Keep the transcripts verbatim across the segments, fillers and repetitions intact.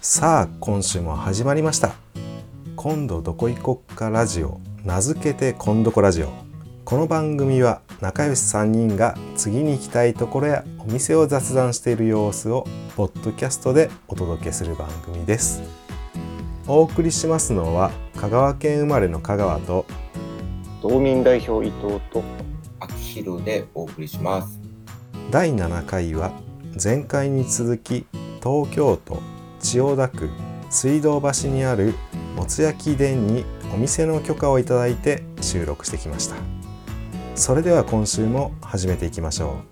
さあ今週も始まりました。今度どこ行こっかラジオ、名付けて今どこラジオ。この番組は仲良しさんにんが次に行きたいところやお店を雑談している様子をポッドキャストでお届けする番組です。お送りしますのは香川県生まれの香川と道民代表伊藤と秋広でお送りします。 だいななかいは前回に続き東京都千代田区水道橋にあるもつ焼き店にお店の許可をいただいて収録してきました。それでは今週も始めていきましょ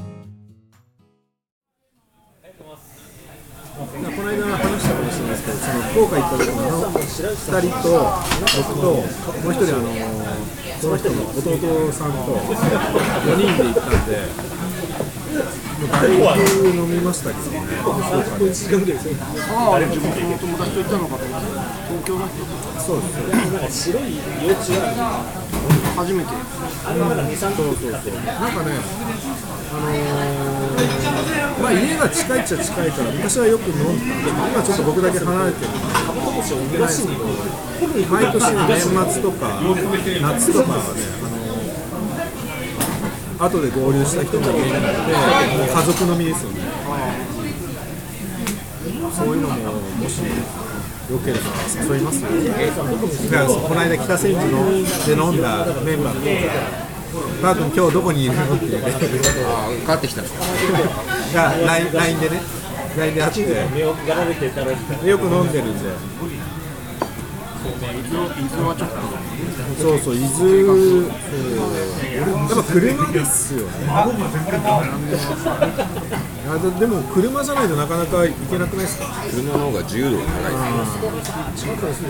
う。この間話したかもしれないですけど、その福岡行った時のあのふたりと僕ともう一人あのその人の弟さんとよにんで行ったんでだいぶ飲みましたけどね。福岡でああ、地元の友達と行ったのかと思って東京の人そうです。 白い幼稚園初めてそうそうそう。なんかね、あのー、まあ家が近いっちゃ近いから昔はよく飲んでたんで、今ちょっと僕だけ離れてるんで行ってないんですけど、毎年の年末とか夏とかはね、あのー、後で合流した人もいるので家族飲みですよね。そういうのももしよければ誘いますよ。だからこの間北千住ので飲んだメンバーと「パー君今日どこにいるの?」って言ってあ変わってきたんですかが ライン ライン でね ライン で会ってよく飲んでるんで。 伊豆はちょっとそうそう伊豆、やっぱ車ですよね。いや で, でも車じゃないとなかなか行けなくないですか。 車の方が自由度が高いです。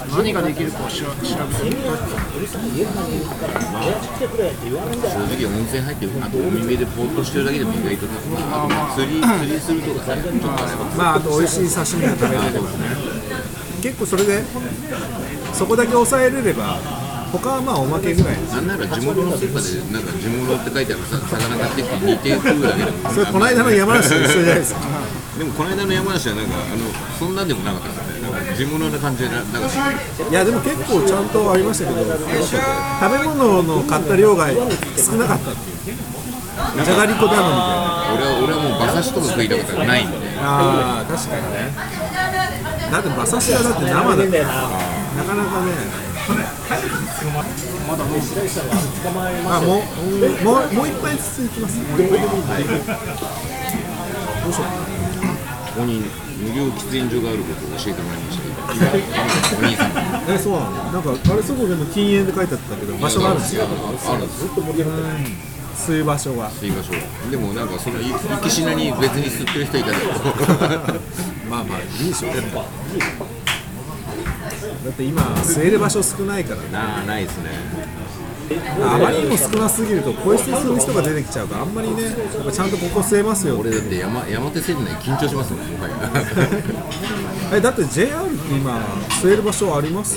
何ができるかを調べてみたい。 正直温泉入ってあと海辺でポーっとしてるだけでも意外とあと釣り釣りするとかね、ちょっとあればまああと美味しい刺身が食べれればね。結構それでそこだけ抑えれれば他はまあおまけぐらいです。 なんなら地元のスーパーでなんか地物って書いてあるさ魚買ってきて煮て食うだけでもそれこの間の山梨と一緒じゃないですか。 でもこの間の山梨はなんかあのそんなんでもなかったですね。なんか地物な感じでななんかいやでも結構ちゃんとありましたけど、食べ物の買った量が少なかったっていうじゃがりこ頼みで。 俺は俺はもう馬刺しとか食いたことがないんで。 ああ確かにね。だって馬刺しはだって生だからなかなかね。あもうもうもう一杯ずついきます。どうしよう。 ここに無料喫煙所があることを教えてもらいましたけどお兄さんえそうなの。なんかあれそこでも禁煙で書いてあったけど場所があるんですよ。 あるんです吸う場所が吸い場所がでもなんかその行きしなに別に吸ってる人いたけどまあまあいいでしょうね。だって今吸える場所少ないからね。 なあないですね。 あまりにも少なすぎるとポイ捨てする人が出てきちゃうからあんまりねやっぱちゃんとここ吸えますよ。 俺だって山山手線内緊張しますもんもはやえだって ジェイアール って今吸える場所あります？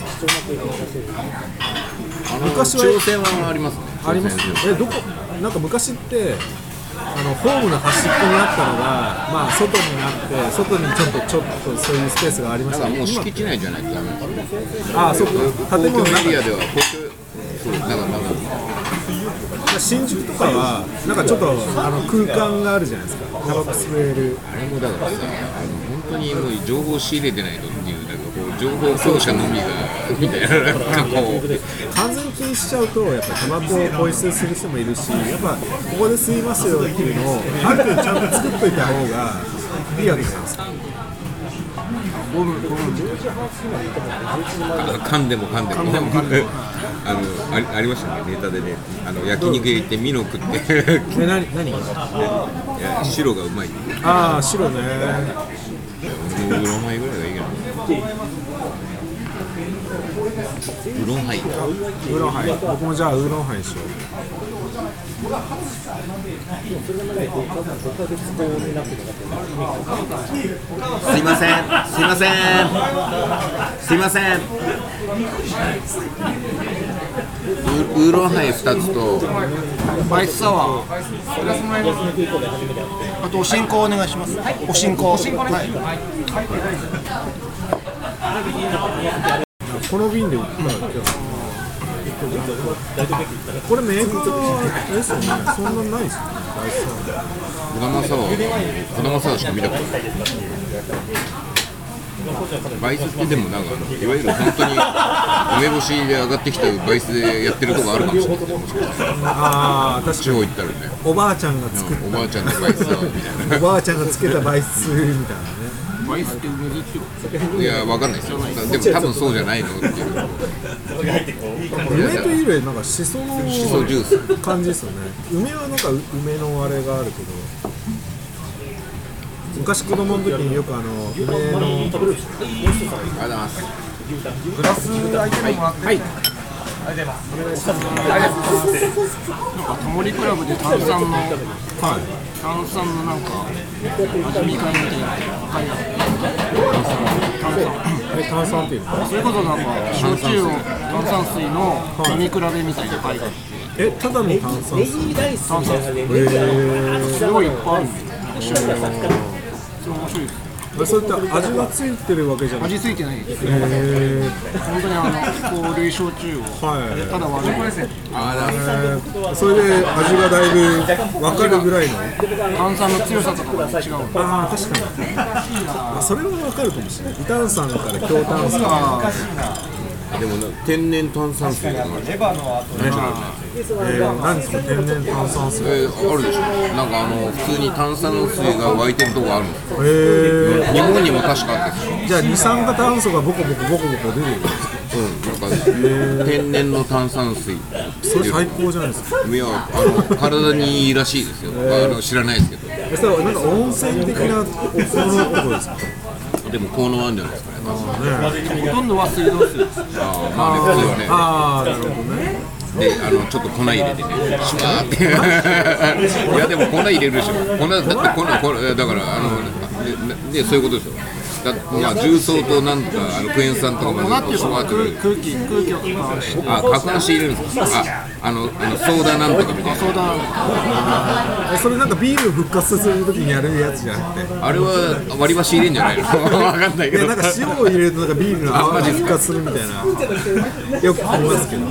昔は中央線はありますね。 あります。えどこなんか昔ってあのホームの端っこにあったのがまあ外になって外にちょっとちょっとそういうスペースがありましただからもう敷地内じゃないとダメなんですよ。 ああそうか建物の中エリアでは公共そうだからなんか新宿とかはなんかちょっとあの空間があるじゃないですか。タバコ吸える。 あれもだからさあの本当にもう情報を仕入れてないとっていうなんかこう情報強者のみがみたいななんかこう完全に禁止しちゃうとやっぱタバコをポイ捨てする人もいるし、やっぱここで吸いますよっていうのをある程度ちゃんと作っといた方がいいわけじゃないですか。 噛んでも噛んでもあの あ, りありましたねネタでねあの焼肉屋行ってミノ食ってえ何何いや白がうまいああ白ね。 ウーロンハイぐらいがいいけどウーロンハイウーロンハイ僕もじゃあウーロンハイにしよう。 すいませんすいませんすいませんウーロンハイふたつとバイスサワー、あとおしんこお願いします。おしんこ、はい、 この瓶で売ったらこれメーカーですよね。そんなないですよね。 小玉サワー、小玉サワーしか見たことない。バイスってでもなんかあのいわゆる本当に梅干しで上がってきたバイスでやってるとこあるかもしれない。もしかしたらああ、確か地方行ったらね、 おばあちゃんが作っうん、おばあちゃんのバイスサワーみたいた、おばあちゃんがつけたバイスみたいなね。 バイスって梅ってこな。いや、わかんないですよ。でも多分そうじゃないのっていう。 梅というよりなんかシソのシソジュース感じですよね。梅はなんか梅のあれがあるけど、昔子供の時によくあの梅のありがとうございます。 グラス空いてるのもらって、はい、なんかタモリクラブで炭酸の、はい、炭酸のなんか味見会みたいな会があって、炭酸え炭酸っていうの？ それこそなんか焼酎を炭酸水の飲み比べみたいな会があって、 えただの炭酸水？ 炭酸水、 えー、 すごいいっぱいあるんですよ。それ面白いです。 それって味がついてるわけじゃない？ 味ついてないです。 えー、 本当にあの香類焼酎をただ割る、 あえー、それで味がだいぶ分かるぐらいの炭酸の強さとかも違う。 ああ確かにあそれは分かるかもしれない。微炭酸から強炭酸でもな天然炭酸水がある。 えー、何ですか天然炭酸水？ えー、あるでしょ。なんかあの普通に炭酸水が湧いてるとこあるんですよ。 えー、 日本にも確かあって。 じゃあ二酸化炭素がボコボコボコボコ出てるんですか？ うん、なんか、えー、天然の炭酸水。 それ最高じゃないですか。 いや、あの体にいいらしいですよ。えー、あの知らないですけど。 えそれはなんか温泉的なお風呂ですか？ でも効能あるんじゃないですかね。 ほとんどは水道水です。 ああ、まあね、普通はね。 ああ、なるほどね。 で、あのちょっと粉入れてね、シュワーって。いやでも粉入れるでしょ。粉だって粉、粉だからあのででそういうことですよ。だまあ重曹となんかあのクエン酸とかも粉っていうか空気空気を使わして、 あ、かくはんして入れるんですか。あ、あのあのソーダなんとかみたいな。 ソーダ。 えそれなんかビール復活させるときにやるやつじゃなくて、 あれは割り箸入れんじゃないの？わかんないけど。 いやなんか塩を入れるとなんかビールの泡が復活するみたいなよく聞きますけど。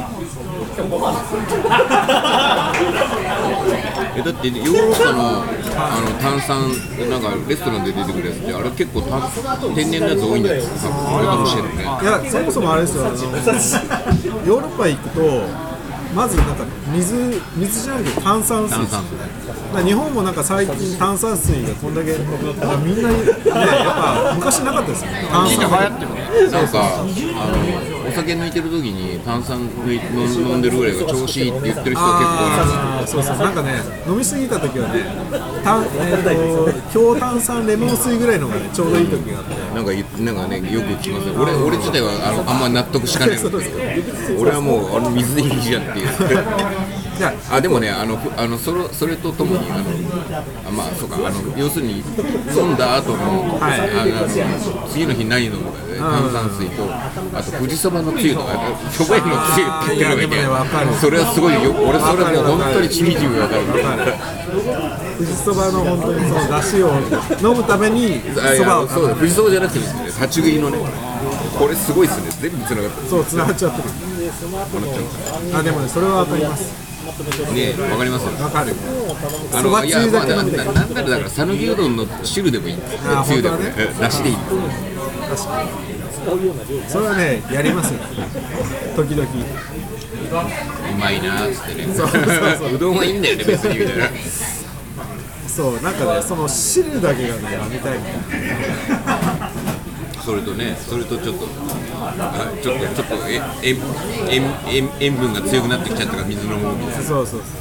えだってヨーロッパのあの炭酸なんかレストランで出てくるやつってあれ結構た天然のやつ多いんじゃないですか。あれかもしれないね。 いやそもそもあれですよ。あのヨーロッパ行くとまずなんか水水じゃなくて炭酸水。 炭酸日本もなんか最近炭酸水がこんだけなんかみんなねやっぱ昔なかったですよね。炭酸流行ってるね。 なんかあのお酒抜いてる時に炭酸抜い飲んでるぐらいが調子いいって言ってる人は結構いる。 そうそうなんかね飲みすぎた時はね炭、えー、と強炭酸レモン水ぐらいのが、ね、ちょうどいい時があって。 なんかなんかねよく聞きますよ。俺俺自体はあのあんまり納得しかねえので俺はもうあの水でいいじゃんっていう。あでもねあのあのそれそれとともにあのあまあそうかあの要するに飲んだ後の、はい、あの次の日何飲むかで、ね、炭酸水とあと富士そばのつゆとかそば湯のつゆって言ってるわけで、それはすごいよ。俺それもう本当にちびちび分かる。 富士そばの本当にその出汁を飲むためにそばをそうだ富士そばじゃなくてですね立ち食いのねこれすごいですね。全部つながってる。 そうつながっちゃってる。あでもねそれは分かります。 ねわかりますよ。 わかる。 あのいやまあななんだらだから讃岐うどんの汁でもいいんですよ。つゆでもね出汁でいい。 確かに。それはねやりますよ。時々。 うまいなーっつってね。 そうそうそううどんはいいんだよね別にみたいな。 そうなんかねその汁だけがね飲みたいみたいな。 それとね、それとちょっと、あちょっと、ちょっとえ塩塩塩塩分が強くなってきちゃったから水飲むみたいな。 そうそうそう。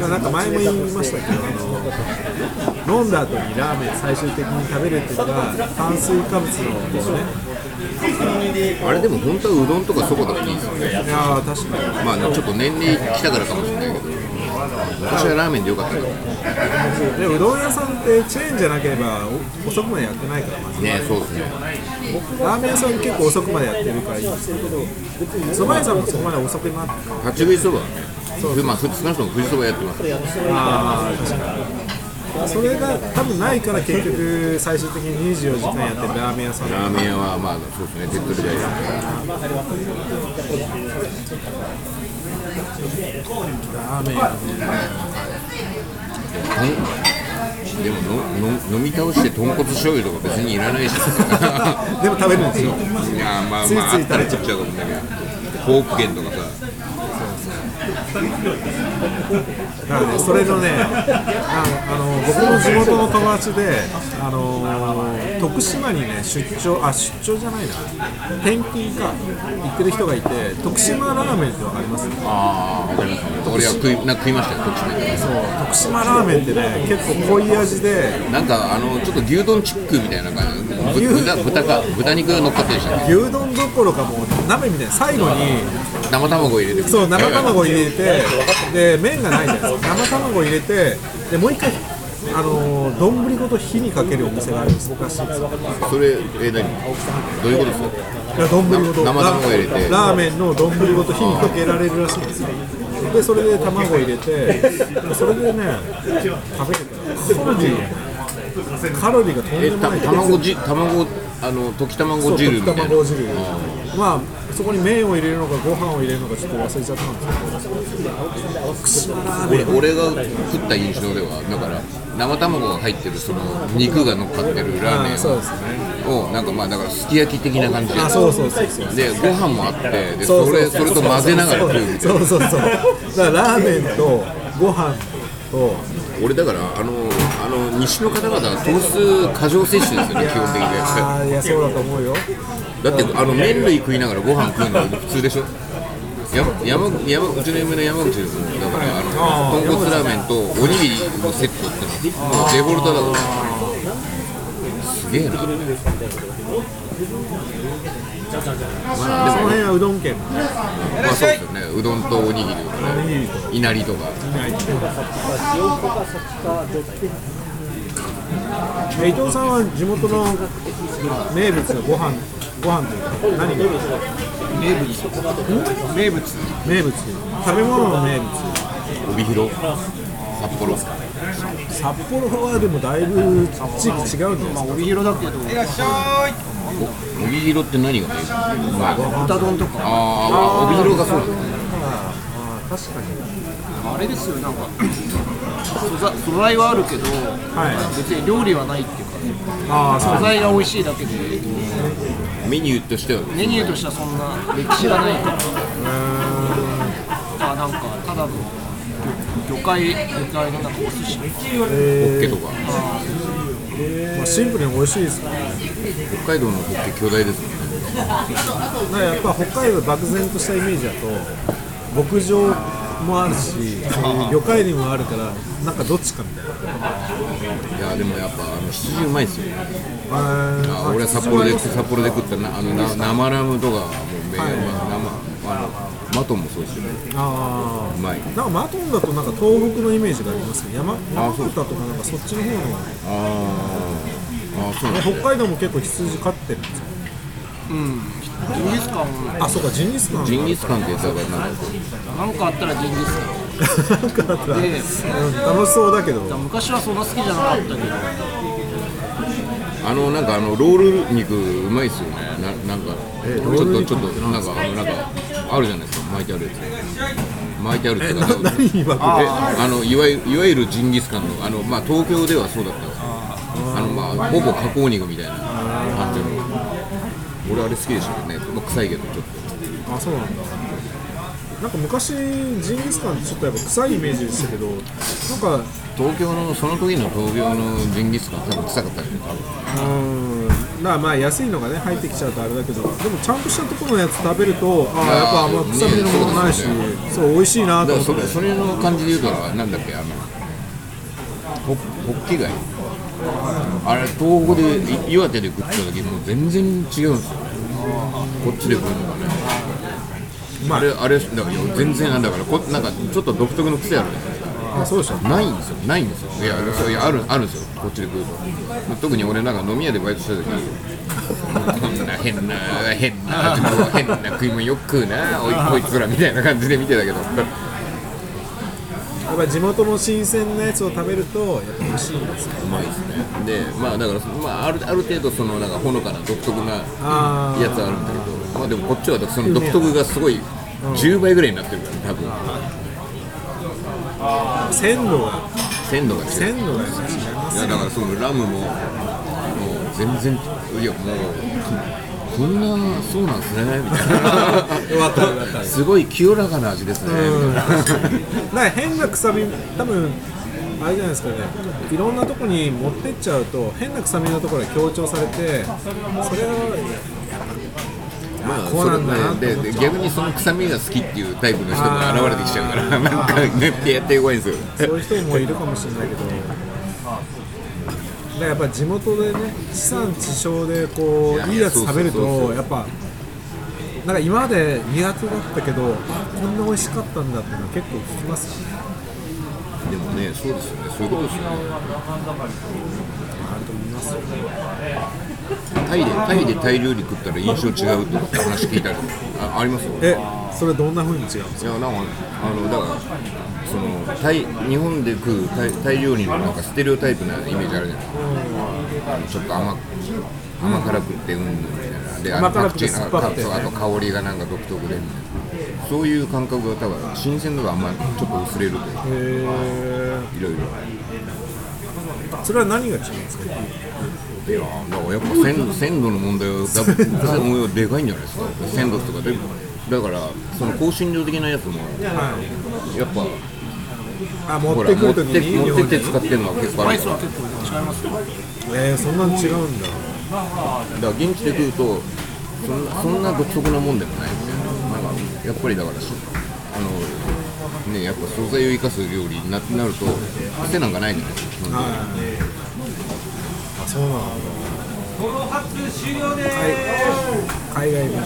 なんか前も言いましたけど、あの飲んだ後にラーメン最終的に食べるっていうのが炭水化物のこうね。 あれでも本当はうどんとかそばとかいいですよね。 いや確かに。 まあちょっと年齢きたからかもしれないけど。 昔はラーメンでよかったけどでうどん屋さんってチェーンじゃなければお遅くまでやってないからまずね。そうですね。 ラーメン屋さん結構遅くまでやってるからいいんですけど、蕎麦屋さんもそこまで遅くなって立ち食いそばはね、まあ少なくとも富士そばやってます。 ああ確かにそれが多分ないから結局最終的ににじゅうよじかんやってるラーメン屋さんラーメン屋はまあそうですね、手っ取り早い。 ラーメン屋でものの飲み倒して豚骨醤油とか別にいらないしでも食べるんですよ。 いやまあまあついついあったらちっちゃうかもしれないけど、ポーク券とかさ。 だからね、それのね、ああの僕の地元の友達で、あのー、徳島にね出張、あ出張じゃないな、転勤か行ってる人がいて、徳島ラーメンってわかります？ ああ、わかりますね。俺は食いなんか食いましたよ、徳島で。 そう、徳島ラーメンってね、結構濃い味で、 なんかあのちょっと牛丼チックみたいな感じで、ぶ豚豚か豚肉が乗っかってるでしたっけ？ 牛丼どころかもう鍋みたいな、最後に生卵入れて。 そう生卵入れて、で麺がないじゃないですか。生卵入れて、でもう一回あのー、丼ごと火にかけるお店があるんですらしいですよ。 それえ何？どういうことですか？ いや丼ごと生卵入れてラーメンの丼ごと火にかけられるらしいんですよ。でそれで卵入れて、それでね食べてたらカロリーカロリーがとんでえたもない。 卵じ卵あの溶き卵汁みたいな。 そう溶き卵汁。まあそこに麺を入れるのかご飯を入れるのかちょっと忘れちゃったんですけど、徳島ラーメン俺俺が食った印象ではだから生卵が入ってるその肉が乗っかってるラーメンあそうですね。 をなんかまあだからすき焼き的な感じで、 あそうそうそうそう。 でご飯もあってでそそうれそれと混ぜながら食うみたいな。 そうそうそう。だからラーメンとご飯と俺だからあのあの西の方々は糖質過剰摂取ですよね、基本的に。 ああいやそうだと思うよ。 だってあの麺類食いながらご飯食うの普通でしょ。山山山うちの嫁の山口ですもん。だからあの豚骨ラーメンとおにぎりのセットってのもうデフォルトだからすげえな。 まあその辺はうどん県。 まあそうですよね。うどんとおにぎりとかね、いなりとか。 伊藤さんは地元の名物のご飯ご飯というか何が名物名物名物食べ物の名物。 帯広、札幌。 札幌はでもだいぶ地域違うんですか。 帯広だけど帯広って何が名物？まあ豚丼とかああ帯広がそうなんだ。 ああ確かに。 あれですよ、なんか素材素材はあるけど、 はい。 別に料理はないっていうか、 ああそう素材が美味しいだけでメニューとしてはメニューとしてはそんな歴史がないから、あなんかただの魚介魚介のなんかお寿司とか、 ホッケとか。 まあシンプルに美味しいですね。 北海道のホッケ巨大ですもんね。 だからやっぱ北海道漠然としたイメージだと牧場もあるし、そういう魚介類もあるからなんかどっちかみたいな。 いやでもやっぱあの羊うまいですよね。 ああ俺は札幌で札幌で食ったなあのな生ラムとかもうめ、 はい生あのマトンもそうですよね。 あうまい。 なんかマトンだとなんか東北のイメージがありますけど、山あ山形とかなんかそっちの方のあーあーそうなんだ。 北海道も結構羊飼ってるんですよ。 うんジンギスカンあ、そうかジンギスカン。 ジンギスカンってやつだからなんかなんかあったらジンギスカンなんかあったら、 でうん楽しそうだけど。 昔はそんな好きじゃなかったけど、 あのなんかあのロール肉うまいっすよね。ななんかちょっとちょっとなんかあのなんかあるじゃないですか、巻いてあるやつ。巻いてあるっていうかな何に巻くの？ えあのいわゆるいわゆるジンギスカンのあのまあ東京ではそうだったんですよ。あのまあほぼ加工肉みたいな感じの。俺あれ好きでしたよね。まあ臭いけどちょっと。 あ、そうなんだ。なんか昔ジンギスカンってちょっとやっぱ臭いイメージでしたけど、なんか東京のその時の東京のジンギスカン多分臭かったんですよ。多分うーん、まあまあ安いのがね入ってきちゃうとあれだけど、でもちゃんとしたところのやつ食べると、ああやっぱあんま臭みのものないし、 ねそうですそう美味しいなとだから思って。 それそれの感じで言うとなんだっけあのホホッキ貝あれ東北でい岩手で食った時もう全然違うんですよね。こっちで食うのがね。 まああれあれだから全然なんだからこなんかちょっと独特の癖あるじゃないですか。 あ、そうでしょ。 ないんですよ、ないんですよ。いや、そういやあるあるんですよ、こっちで食うと。特に俺なんか飲み屋でバイトした時、こんな変な変な変な食い物よく食うな、おいこいつらみたいな感じで見てたけど。 やっぱ地元の新鮮なやつを食べるとやっぱ美味しいんですよ。 うまいですね。で、まあだから、まあ、あるある程度そのなんかほのかな独特なやあつはあるんだけど、まあでもこっちはその独特がすごいじゅうばいぐらいになってるから多分。 鮮度が鮮度が違う。 鮮度が違いまいすよ。 やだからそのラムももう全然いやもうこんなそうなんですねみたいわかるわかな。 る。 すごい清らかな味ですねみたいな。 だから変な臭み、多分あれじゃないですかね、いろんなとこに持ってっちゃうと変な臭みのところが強調されて、それはまあこうなんだなってで思っちゃう。 で逆にその臭みが好きっていうタイプの人が現れてきちゃうからなんかねってやって怖いんですよ。 そういう人もいるかもしれないけど、だからやっぱ地元でね、地産地消でこういいやつ食べるそうそうそうそうと、やっぱなんか今まで苦手だったけど、あ、こんな美味しかったんだっていうのは結構聞きますよね。 でもね、そうですよね、そういうことですよね。 あると思いますよ。 タイでタイでタイ料理食ったら印象違うとかって話聞いたりあありますよ。 え、それどんな風に違うんですか。 いやなんかあのだからそのタイ日本で食うタイ、タイ料理のなんかステレオタイプなイメージあるじゃないですか。あのちょっと甘甘辛くってうんぬんみたいなで、あの甘辛くてパクチーの酸っぱくてねあと香りがなんか独特でみたいな、そういう感覚が多分新鮮度があんまりちょっと薄れるというか、 へー、 いろいろ。 それは何が違うんですか。 いやだからやっぱ鮮度鮮度の問題はだもうでかいんじゃないですか。鮮度とかでだからその香辛料的なやつもやっぱあ、持ほらってく持ってるときに持ってって使ってるのは結構あるから、だか結構違いますよ。 えー、そんなに違うんだ。 ら現地で食うとそんなそんな独特なもんでもないみたいな。なんかやっぱりだからしあのねやっぱ素材を生かす料理にななると癖なんかないじゃないですか。 はい。あ、そうなんだ。海外に行きたい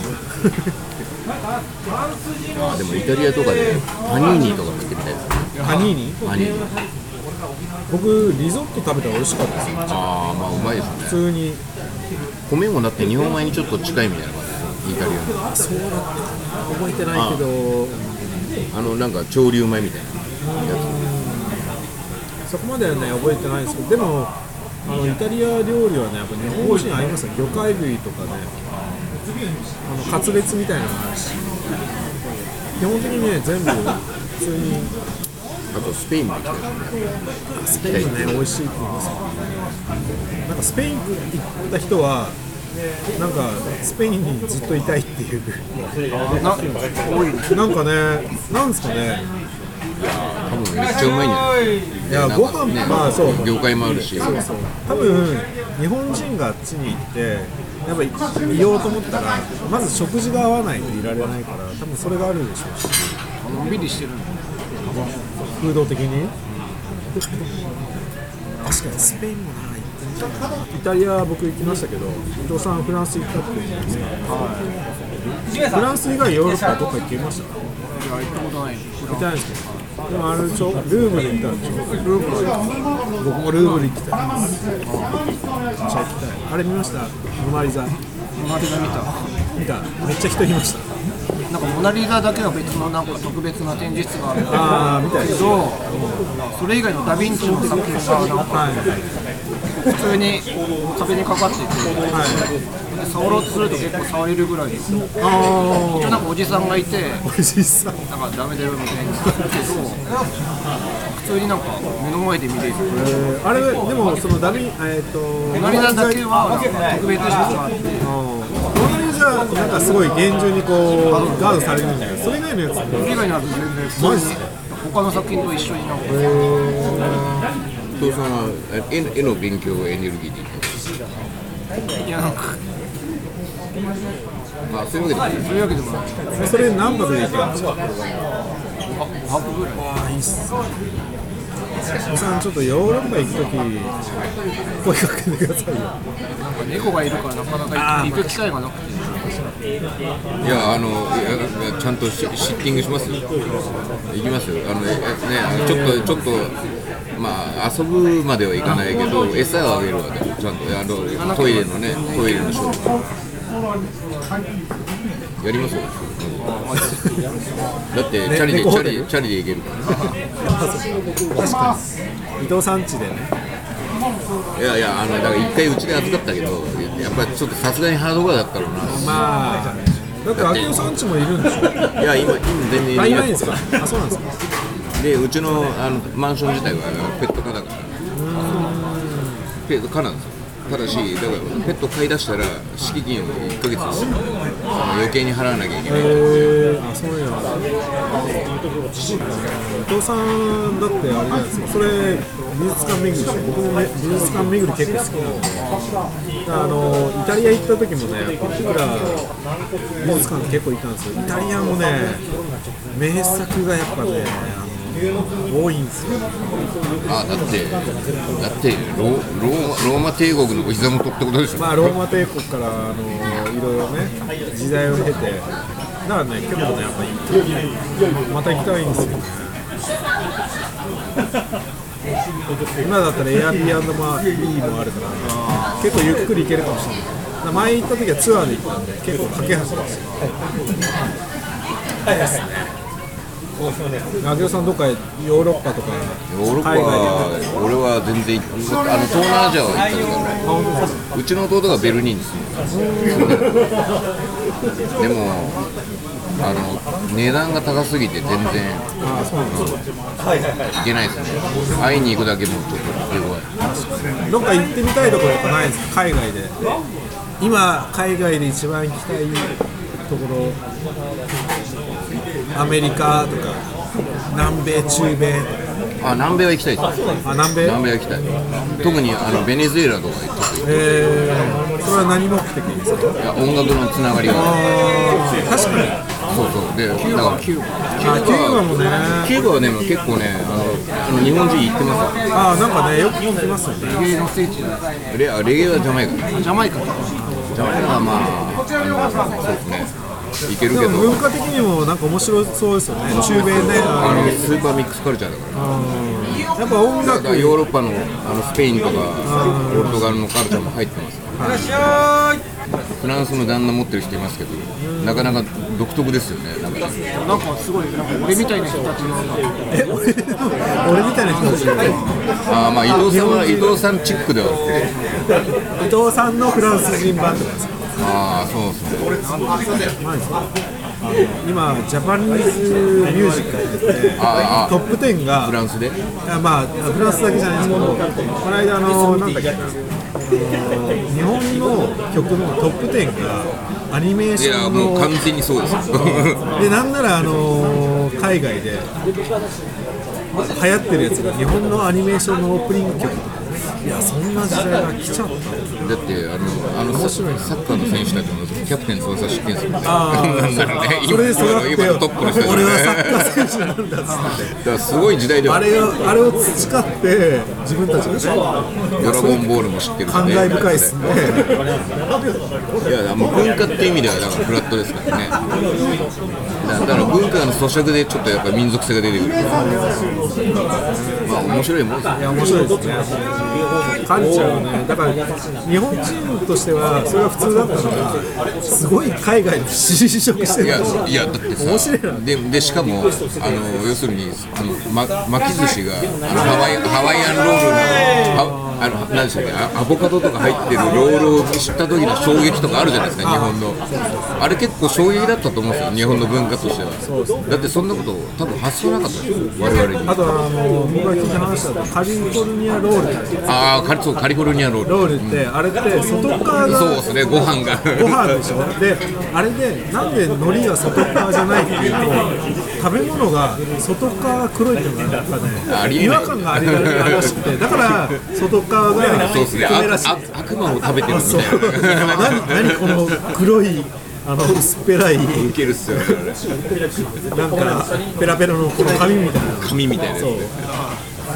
あでもイタリアとかでパニーニとか食ってみたいですね。 な。パニーニ？ パニーニ僕リゾット食べたら美味しかったですよ。 ああまあうまいです普ね。 通に。 米もだって日本米にちょっと近いみたいな感じイタリアのあ、そうだった。覚えてないけど、 あのなんか潮流米みたいなやそこまではね覚えてないですけど、でもあのイタリア料理はねやっぱ日本人合いますよ。魚介類とかね、あのカツレツみたいなのもあるし、基本的にね全部普通に。 つ。あとスペインも行きたいですね。 スペインね、美味しいって言いますよ。なんかスペイン行った人はなんかスペインにずっといたいっていうな多いなんかね、なんですかね。 多分めっちゃうまいんじゃないですか。 いや、ご飯、 ね、 まあそう業界もあるし、 そうそう、多分日本人があっちに行ってやっぱりいようと思ったらまず食事が合わないといられないから、多分それがあるでしょうし、 のんびりしてるんで。 風土的に確かにスペインもな行ってみたいな。イタリア僕行きましたけど、伊藤さんフランス行ったって言うんですか。フランス以外ヨーロッパどっか行ってみました？ いや、行ったことない。 行ってないですけど、でもあれでしょ、ルーブル行ったんでしょ。ルーブル僕もルーブル行きたい。めっちゃ行きたい。あれ見ました？モナリザ。 モナリザ見た。 見た。めっちゃ人いました。 なんかモナリザだけは別のなんか特別な展示室があるんだああ、みたいけです。 ど、それ以外のダヴィンチの作品がなんか普通に壁にかかっていて、で触ろうとすると結構触れるぐらいですよ。一応なんかおじさんがいて、 おじさん。 なんかダメだよみたいに言うけど、普通になんか目の前で見れる。 えー、あれでもそのダビえっ、ー、とモナリザだけはなんか特別室があって、 モナリザなんかすごい厳重にこうガードされるんだけど、それ以外のやつってそれ以外のやつ全然マジっすか？ 他の作品と一緒になんか。 伊藤さんは絵の絵の勉強をエネルギーで言ってます。 いやなんかまあそういうわけでそういうわけでもない。 それ何泊で行けるんですか？ ごはくぐらい。 ああ、いいっす。 おさんちょっとヨーロッパ行くとき声かけてくださいよ。 なんか猫がいるからなかなか行く機会がなくて。 いやあのいやいやちゃんとシシッティングしますよ。行きますよ。あのえねあのちょっとちょっとまあ遊ぶまではいかないけど餌をあげるわけちゃんとあのトイレのねトイレのショーやりますよ。だってチャリでチャリチャリで行けるから。 確かに伊藤さん家でね。 いやいやあのだから一回うちで預かったけどやっぱりちょっとさすがにハードコアだったろうな。 まあだって秋代さん家もいるんでしょ。 いや今今全然いあいないんですか。あそうなんですか。 でうちのあのマンション自体はペット可だからペット可なんですよ。ただしだからペット飼い出したら敷金をいっかげつ余計に払わなきゃいけない。 へー、あそういうの。伊藤さんだってあれじゃないですか。それ美術館巡りでしょ。僕もね美術館巡り結構好きなので、あのイタリア行った時もね僕ら美術館結構行ったんですよ。イタリアもね名作がやっぱね多いんですよ。 あだってだってロー、ロー、ローマ帝国のお膝元ってことでしょ。 まあローマ帝国からあのいろいろね時代を経て、だからね結構ねやっぱりまた行きたいんですよね。今だったらエアビーアンドビーもあるから、ね、結構ゆっくり行けるかもしれない。前行った時はツアーで行ったんで結構駆け橋ですよ。ですね。秋代さんどっかヨーロッパとかヨーロッパは俺は全然あの東南アジアは行ったけど、うちの弟がベルリンですよ。でもあの値段が高すぎて全然あそうなんです行けないですね。会いに行くだけもちょっと弱い。 どっか行ってみたいところとかないですか。海外で今海外で一番行きたいところ、アメリカとか南米中米。 あ南米は行きたいです。 あ南米南米は行きたい。特にあのベネズエラとかちょっと行って、 えー、それは何目的ですか。 いや音楽のつながりがあ確かにそうそうでキューバキューバキューバもねキューバはね結構ねあのあの日本人行ってますよ。 あなんかねよく聞きますよね。 レゲエの聖地だ。 レレゲエはジャマイカジャマイカとかジャマイカはまああのそうですねいけるけどでも文化的にもなんか面白そうですよね。中米ねあのスーパーミックスカルチャーだからやっぱ音楽だからヨーロッパのあのスペインとかポルトガルのカルチャーも入ってますから、フランスの旦那持ってる人いますけどなかなか独特ですよね。なんかなんかすごいなんか俺みたいな人たちのえ俺俺みたいな人たちあまあ伊藤さんは伊藤さんチックではあって伊藤さんのフランス人版とかですか。 ああそうですね。 今ジャパニーズミュージックってああトップじゅうがフランスでいやまあフランスだけじゃないですけど、この間あのなんだっけなあの日本の曲のトップじゅうがアニメーいションのやもう完全にそうですでなんならあの海外で流行ってるやつが日本のアニメーションのオープニング曲とか、いやそんな時代が来ちゃったんですよ。 だってあのあのサッカーの選手たちもキャプテン翼知ってるんですよね。 あーなんならねそれで育って今のトップの人たちね俺はサッカー選手なんだっつってだからすごい時代ではあれをあれを培って自分たちがねドラゴンボールも知ってるしね。 感慨深いっすね。 いやもう文化っていう意味ではだからフラットですからね。だから文化の咀嚼でちょっとやっぱ民族性が出てくる。まあ面白いもんですよ。 いや面白いですね。カルチャーはね、だから日本人としてはそれが普通だったのがすごい海外に就職してるいやいやだってさ面白いな。 ででしかもあの要するにあの、ま、巻き寿司があのハワイハワイアンロールのあの何でしたっけアボカドとか入ってるロールを知った時の衝撃とかあるじゃないですか日本の。あれ結構衝撃だったと思うんですよ日本の文化としては。だってそんなこと多分発想なかったですよ我々に。 あとはあの僕が聞いた話だとカリフォルニアロールああカリそうカリフォルニアロールロールって、うん、あれって外側がそうですねご飯がご飯でしょ。であれでなんで海苔が外側じゃないっていうと食べ物が外側が黒いっていうのがやっぱね違和感がありらしくてだから外側がそうですね黒いらしい。 あ悪魔を食べてるみたいな何何この黒いあの薄っぺらいウケるっすよねなんかペラペラのこの紙みたいな紙みたいなやつそう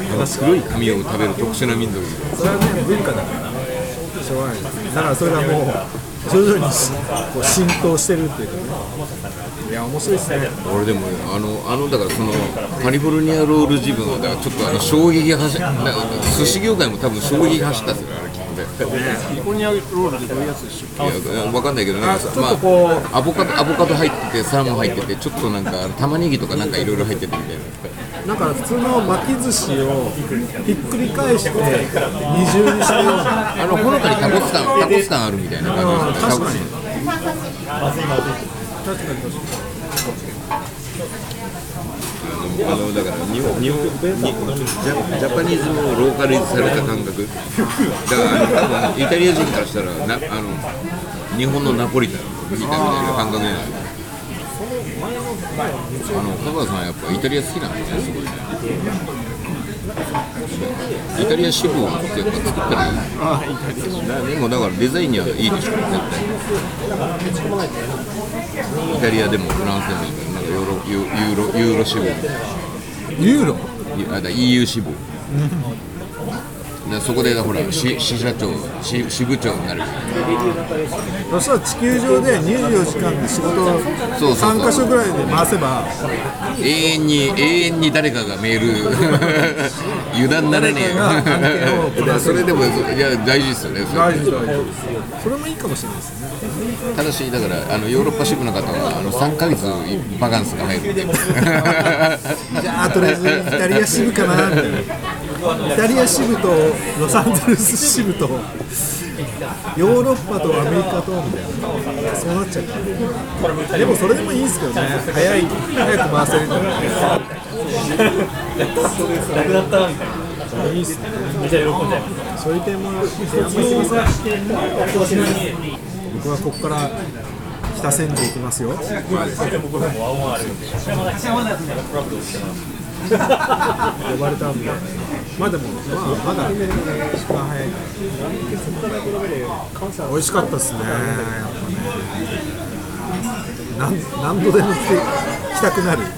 黒い紙を食べる特殊な民族。 それはね文化だからしょうがないです。だからそれがもう徐々にこう浸透してるっていうかね。いや面白いですね。 俺でもあのあのだからそのカリフォルニアロール自分はだからちょっとあの衝撃走っ寿司業界も多分衝撃走ったんですよあれきっとね。 カリフォルニアロールってどういうやつでしょう。 いやわかんないけどなんかさ、まあアボカドアボカド入っててサーモン入っててちょっとなんか玉ねぎとかなんかいろいろ入っててみたいな。 なんか普通の巻き寿司をひっくり返して二重にしたような。 あのほのかにタコスタンタコスタンあるみたいな感じですね。 確かに確かにあのだから日本日本にジャジャパニーズもローカルイズされた感覚だからあの多分イタリア人からしたらなあの日本のナポリタンみたいな感覚になる。あの香川さんはやっぱイタリア好きなんですねすごいね。イタリア支部をやっぱ作ったらいい。あイタリアでもだからデザインにはいいでしょ絶対。イタリアでもフランスでもいいからなんかヨーロユーロユーロ支部ユーロあだ イーユー 支部でそこでほら支社長支支部長になる。 そしたら地球上でにじゅうよじかんで仕事をさんかしょぐらいで回せば永遠に永遠に誰かがメール油断ならねえよ。それでもいや大事ですよね。 大事大事。それもいいかもしれないですね。 ただしだからあのヨーロッパ支部の方はあのさんかげつバカンスが入るんでじゃあとりあえずイタリア支部かなってイタリア支部とロサンゼルス支部とヨーロッパとアメリカとみたいなそうなっちゃうからでもそれでもいいんですけどね早い早く回せるからなくなったみたいないいっすねめちゃ喜んじゃいますそういう点も僕はここから北千住行きますよ呼ばれたんでまあでもまあまだ時間早いから美味しかったですねやっぱね何, 何度でも来て来たくなる、うん、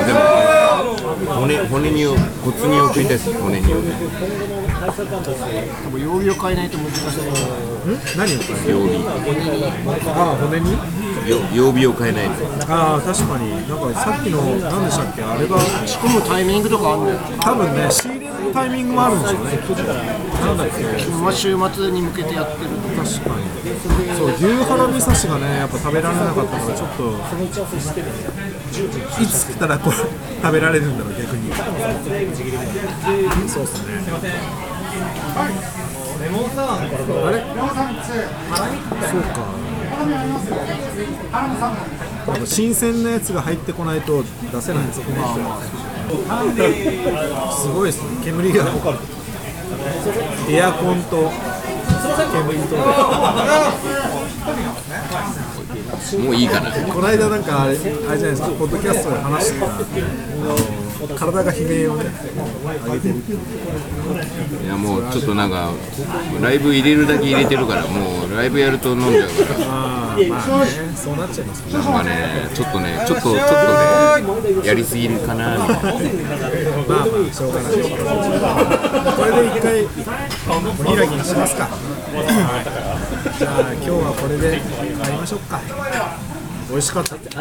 でも骨骨に骨にを食いたいです骨にをね多分曜日を変えないと難しい。 ん何を変える曜日ああ骨に曜日を変えないとああ確かになんかさっきの何でしたっけあれが仕込むタイミングとかあるんだよ。 多分ね仕入れのタイミングもあるんですよねなんだっけまあ週末に向けてやってる。 確かにそう牛ハラミ刺しがねやっぱ食べられなかったのがちょっといつ来たらこれ食べられるんだろう逆にそうですねあれそうかなんか新鮮なやつが入ってこないと出せないんですよねすごいですね煙がエアコンと煙ともういいかな。 この間なんかあれ、あれじゃないですかポッドキャストで話してた体が悲鳴をね上げてるいやもうちょっとなんかライブ入れるだけ入れてるからもうライブやると飲んじゃうからあーまあねそうなっちゃいますねなんかねちょっとねちょっとちょっとねやりすぎるかなみたいなまあまあしょうがないこれで一回お開きにしますかじゃあ今日はこれで帰りましょうか美味しかったって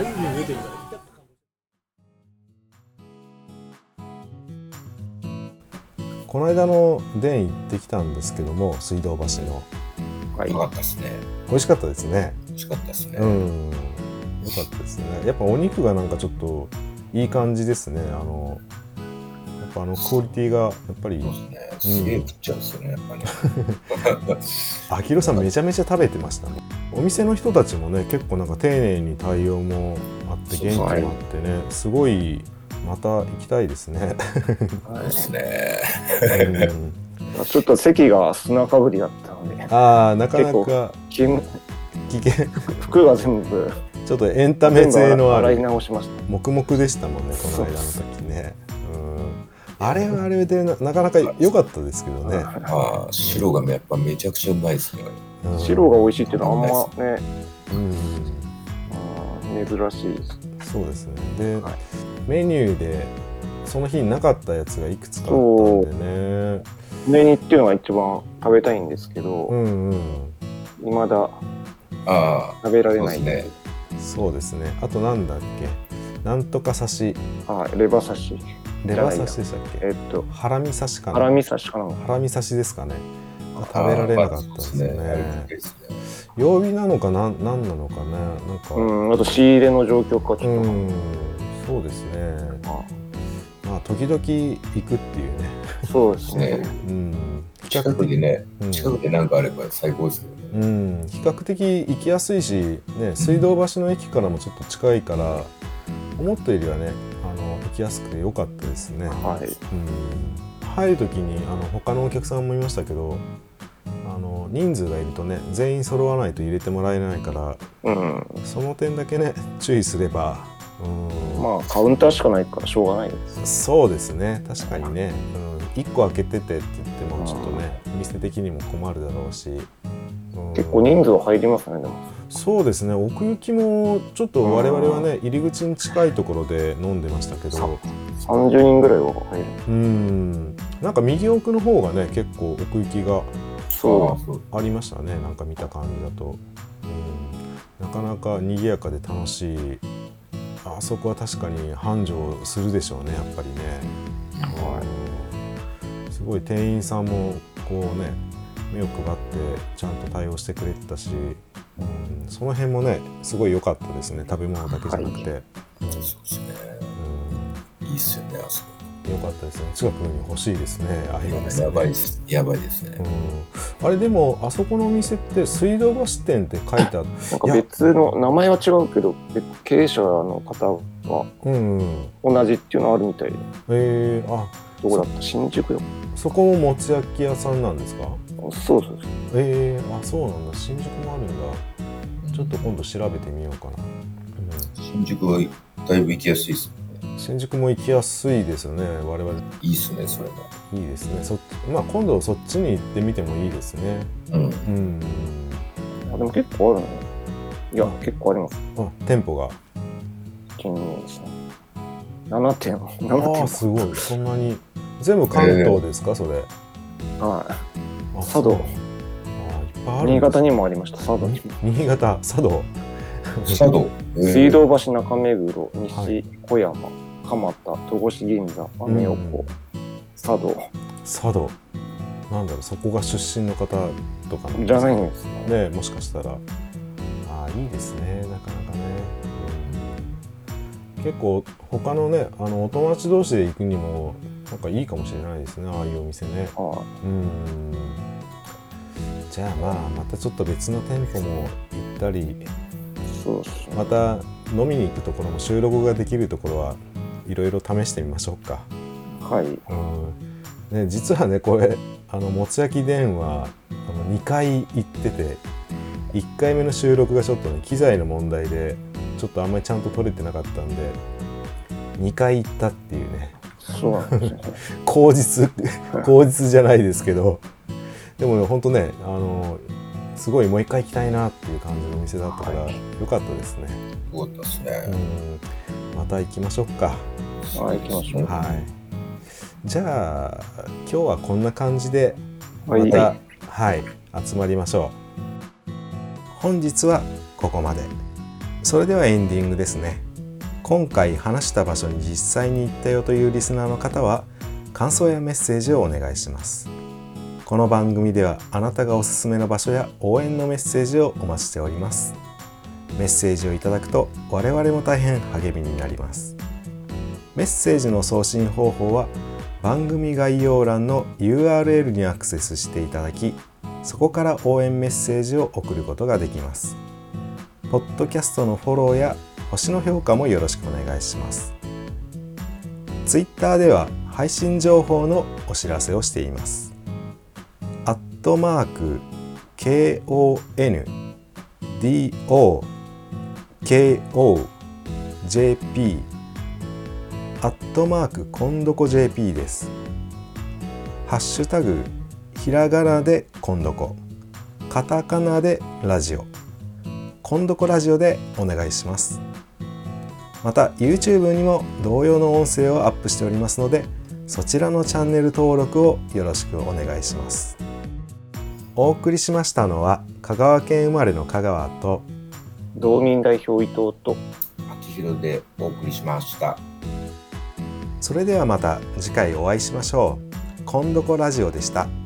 この間の電行ってきたんですけども水道橋のはいよかったですね。 美味しかったですね。 美味しかったですね。 うんよかったですね。やっぱお肉がなんかちょっといい感じですね。あのやっぱあのクオリティがやっぱりすげえ食っちゃうんですよねやっぱり。 あきろさんめちゃめちゃ食べてましたね。お店の人たちもね結構なんか丁寧に対応もあって元気もあってねすごいまた行きたいですね。 ですね。 うん、 ちょっと席が砂かぶりだったのでああなかなか危険服が全部ちょっとエンタメ性のあ洗いる直しました。 黙々でしたもんねこの間の時ね。うん、あれはあれで な, なかなか良かったですけどね。 ああ白がやっぱめちゃくちゃうまいですね。 うん、 白が美味しいっていうのはあんまね、 うん、 珍しいです。 そうですね。で、 はい、 メニューでその日になかったやつがいくつかあったんでね。 梅煮っていうのが一番食べたいんですけど、 うんうん。 未だあ食べられない。 そうですね。 そうですね。あとなんだっけ、なんとか刺し、 あ、レバ刺し。 レバ刺しでしたっけ？ えっと、 ハラミ刺しかな。 ハラミ刺しかな。 ハラミ刺しですかね。食べられなかったですね。 あーまあそうですね。 曜日なのかな、なんなのかね。なんか、 うん、あと仕入れの状況かちょっと。 うん、そうですね。まあ時々行くっていうね。 そうですね。 うん。比近較的、 くでね、 うん近くでなんかあれば最高ですよね。 うん、比較的行きやすいし、ね、水道橋の駅からもちょっと近いから、思ったよりはね、あの行きやすくて良かったですね。 はい。 うん、入る時にあの他のお客さんもいましたけど、あの人数がいるとね全員揃わないと入れてもらえないから、 うん。 その点だけね注意すれば、うん、 まあカウンターしかないからしょうがないです。 そうですね、確かにね、うん、いっこ開けててって言ってもちょっとね店的にも困るだろうし、うん、 結構人数入りますね、でも。 そうですね、奥行きもちょっと我々はね入り口に近いところで飲んでましたけど、 さんじゅうにんぐらいは入る。 うんなんか右奥の方がね結構奥行きがそそうありましたね、なんか見た感じだと、うん、なかなか賑やかで楽しい。あそこは確かに繁盛するでしょうね、やっぱりね、 はうん、すごい店員さんもこうね目を配ってちゃんと対応してくれてたし、うん、その辺もねすごい良かったですね、食べ物だけじゃなくて、 そうですね。いいっすよね、あそこ。 うん、良かったですね。近くに欲しいですね、ああいうお店ね。 やばいです。やばいですね。 うん、あれでもあそこのお店って水道橋店って書いてある。 なんか別の名前は違うけど経営者の方はうんうん、 同じっていうのあるみたいで。 えー、あどこだった？新宿よ。 そこももつ焼き屋さんなんですか？ そうそうそう。 えー、あそうなんだ、新宿もあるんだ。ちょっと今度調べてみようかな、 新宿はだいぶ行きやすいですね。 うん、新宿も行きやすいですよね、我々。 いいっすね、それも。 いいですね。そまあ今度そっちに行ってみてもいいですね。 うん。 うん、 あでも結構あるの。いや結構あります。 あ店舗が。 いち、に、さん、ななてん。ななてん。 ああすごい、そんなに全部関東ですか、それ。 はい。 あ佐渡。 そうあいっぱいあるんです。 新潟にもありました。佐渡にも。 新潟、佐渡。 佐渡。 水道橋、中目黒、 は西い小山、蒲田、戸越銀座、アメ横、佐渡佐渡。なんだろう、そこが出身の方とかなんじゃないね。 んですね。 ね、もしかしたら。ああ、いいですね、なかなかね。うん、結構他のね、あのお友達同士で行くにもなんかいいかもしれないですね、ああいうお店ね。 はうんじゃあまあまたちょっと別の店舗も行ったり、 い。そうですね。 また飲みに行くところも収録ができるところはいろいろ試してみましょうか。 はい。 うんね、実はねこれあのもつ焼き電話あのにかい行ってて、いっかいめの収録がちょっとね機材の問題でちょっとあんまりちゃんと撮れてなかったんでにかい行ったっていうね、 そうなんですね。 口実口実じゃないですけど、でもねほんとねあのすごいもう一回行きたいなっていう感じのお店だったから、 はいよかったですね。 よかったですね。 うんまた行きましょうか。 はい、行きましょう。 はいじゃあ今日はこんな感じでまはい。 た、はい、集まりましょう。本日はここまで。それではエンディングですね。今回話した場所に実際に行ったよというリスナーの方は感想やメッセージをお願いします。この番組ではあなたがおすすめの場所や応援のメッセージをお待ちしております。メッセージをいただくと我々も大変励みになります。メッセージの送信方法は番組概要欄の ユーアールエル にアクセスしていただき、そこから応援メッセージを送ることができます。ポッドキャストのフォローや星の評価もよろしくお願いします。ツイッターでは配信情報のお知らせをしています。アットマーク ケーオーエヌディーオーケーオージェーピーアットマークこんどこ ジェーピー です。ハッシュタグひらがなでこんどこ、カタカナでラジオ、こんどこラジオでお願いします。 また YouTube にも同様の音声をアップしておりますので、そちらのチャンネル登録をよろしくお願いします。お送りしましたのは香川県生まれの香川と道民代表伊藤と秋広でお送りしました。 それではまた次回お会いしましょう。こんどこラジオでした。